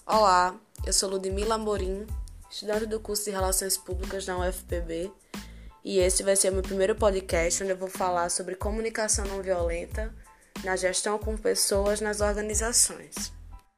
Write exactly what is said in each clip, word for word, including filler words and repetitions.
Olá, eu sou Ludmila Amorim, estudante do curso de Relações Públicas na U F P B, e esse vai ser o meu primeiro podcast onde eu vou falar sobre comunicação não violenta na gestão com pessoas nas organizações.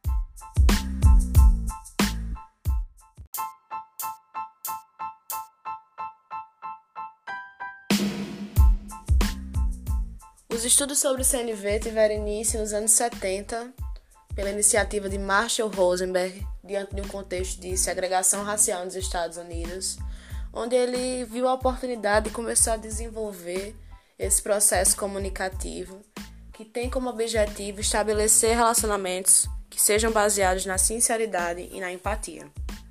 Os estudos sobre o C N V tiveram início nos anos setenta, pela iniciativa de Marshall Rosenberg, diante de um contexto de segregação racial nos Estados Unidos, onde ele viu a oportunidade de começar a desenvolver esse processo comunicativo que tem como objetivo estabelecer relacionamentos que sejam baseados na sinceridade e na empatia.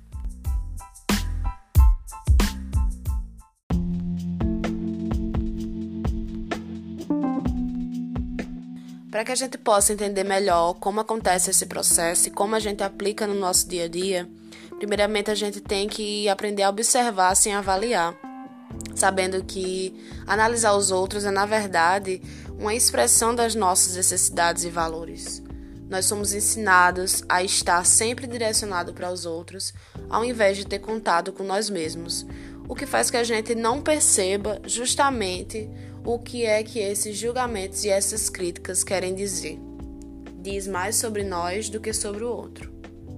Para que a gente possa entender melhor como acontece esse processo e como a gente aplica no nosso dia a dia, primeiramente a gente tem que aprender a observar sem avaliar, sabendo que analisar os outros é, na verdade, uma expressão das nossas necessidades e valores. Nós somos ensinados a estar sempre direcionado para os outros, ao invés de ter contato com nós mesmos, o que faz que a gente não perceba justamente o que é que esses julgamentos e essas críticas querem dizer. Diz mais sobre nós do que sobre o outro.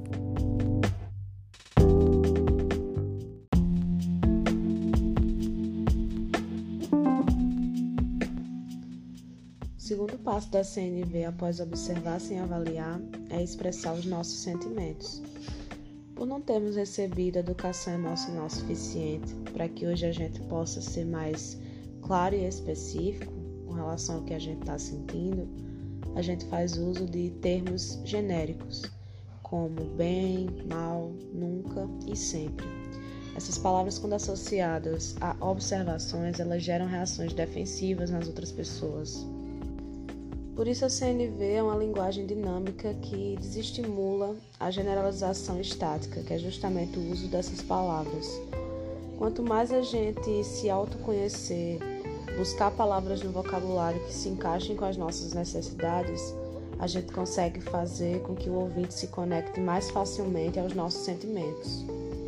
O segundo passo da C N V após observar sem avaliar é expressar os nossos sentimentos. Por não termos recebido educação emocional suficiente para que hoje a gente possa ser mais claro e específico com relação ao que a gente está sentindo, a gente faz uso de termos genéricos, como bem, mal, nunca e sempre. Essas palavras, quando associadas a observações, elas geram reações defensivas nas outras pessoas. Por isso a C N V é uma linguagem dinâmica que desestimula a generalização estática, que é justamente o uso dessas palavras. Quanto mais a gente se autoconhecer, buscar palavras no vocabulário que se encaixem com as nossas necessidades, a gente consegue fazer com que o ouvinte se conecte mais facilmente aos nossos sentimentos.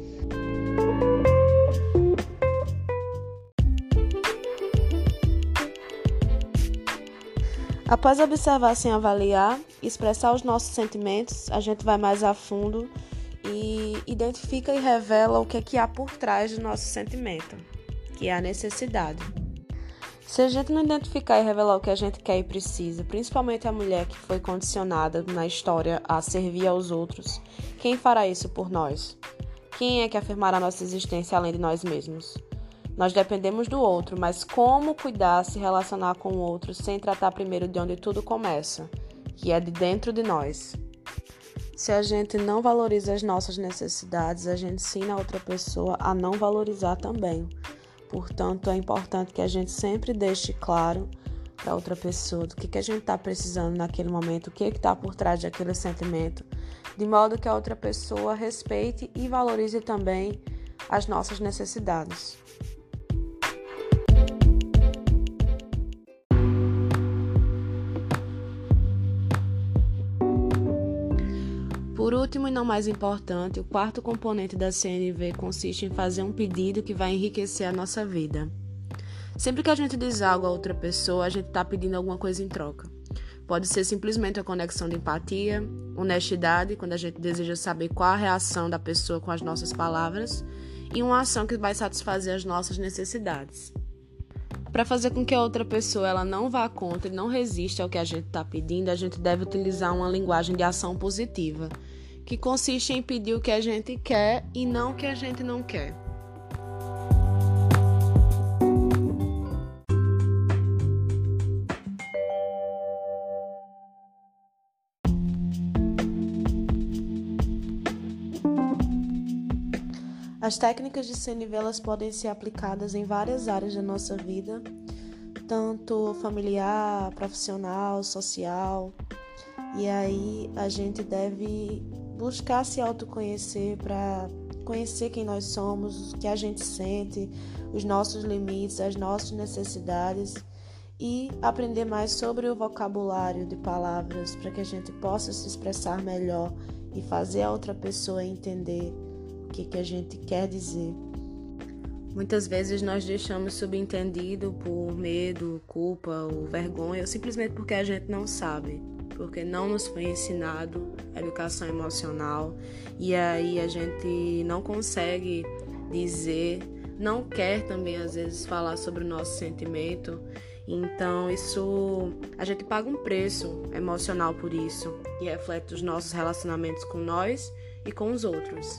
Após observar sem avaliar e expressar os nossos sentimentos, a gente vai mais a fundo e identifica e revela o que é que há por trás do nosso sentimento, que é a necessidade. Se a gente não identificar e revelar o que a gente quer e precisa, principalmente a mulher que foi condicionada na história a servir aos outros, quem fará isso por nós? Quem é que afirmará nossa existência além de nós mesmos? Nós dependemos do outro, mas como cuidar, se relacionar com o outro sem tratar primeiro de onde tudo começa, que é de dentro de nós? Se a gente não valoriza as nossas necessidades, a gente ensina a outra pessoa a não valorizar também. Portanto, é importante que a gente sempre deixe claro para outra pessoa do que, que a gente está precisando naquele momento, o que está por trás daquele sentimento, de modo que a outra pessoa respeite e valorize também as nossas necessidades. Por último e não mais importante, o quarto componente da C N V consiste em fazer um pedido que vai enriquecer a nossa vida. Sempre que a gente diz algo a outra pessoa, a gente está pedindo alguma coisa em troca. Pode ser simplesmente a conexão de empatia, honestidade, quando a gente deseja saber qual a reação da pessoa com as nossas palavras, e uma ação que vai satisfazer as nossas necessidades. Para fazer com que a outra pessoa ela não vá contra e não resista ao que a gente está pedindo, a gente deve utilizar uma linguagem de ação positiva, que consiste em pedir o que a gente quer e não o que a gente não quer. As técnicas de C N V elas podem ser aplicadas em várias áreas da nossa vida, tanto familiar, profissional, social, e aí a gente deve buscar se autoconhecer para conhecer quem nós somos, o que a gente sente, os nossos limites, as nossas necessidades e aprender mais sobre o vocabulário de palavras para que a gente possa se expressar melhor e fazer a outra pessoa entender o que, que a gente quer dizer. Muitas vezes nós deixamos subentendido por medo, culpa ou vergonha, ou simplesmente porque a gente não sabe, porque não nos foi ensinado a educação emocional, e aí a gente não consegue dizer, não quer também às vezes falar sobre o nosso sentimento. Então isso, a gente paga um preço emocional por isso, que reflete os nossos relacionamentos com nós e com os outros.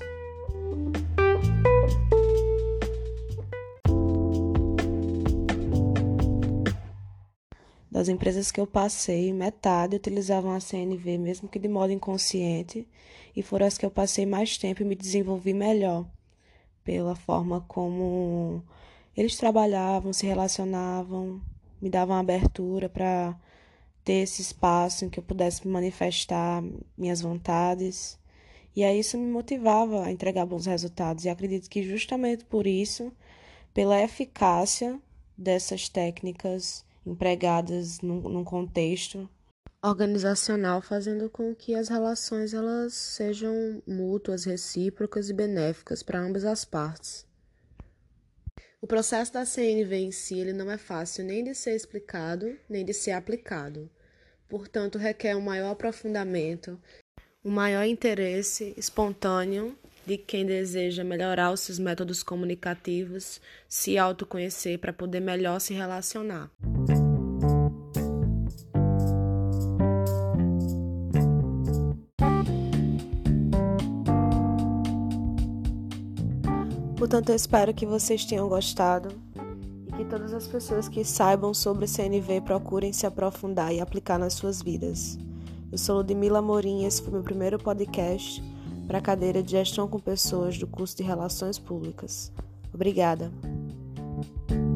Das empresas que eu passei, metade utilizavam a C N V, mesmo que de modo inconsciente, e foram as que eu passei mais tempo e me desenvolvi melhor, pela forma como eles trabalhavam, se relacionavam, me davam abertura para ter esse espaço em que eu pudesse manifestar minhas vontades. E aí isso me motivava a entregar bons resultados. E acredito que justamente por isso, pela eficácia dessas técnicas empregadas num, num contexto organizacional, fazendo com que as relações elas sejam mútuas, recíprocas e benéficas para ambas as partes. O processo da C N V em si ele não é fácil nem de ser explicado, nem de ser aplicado. Portanto, requer um maior aprofundamento, um maior interesse espontâneo de quem deseja melhorar os seus métodos comunicativos, se autoconhecer para poder melhor se relacionar. Portanto, eu espero que vocês tenham gostado e que todas as pessoas que saibam sobre C N V procurem se aprofundar e aplicar nas suas vidas. Eu sou Ludmila Amorim e esse foi meu primeiro podcast para a cadeira de Gestão com Pessoas do curso de Relações Públicas. Obrigada.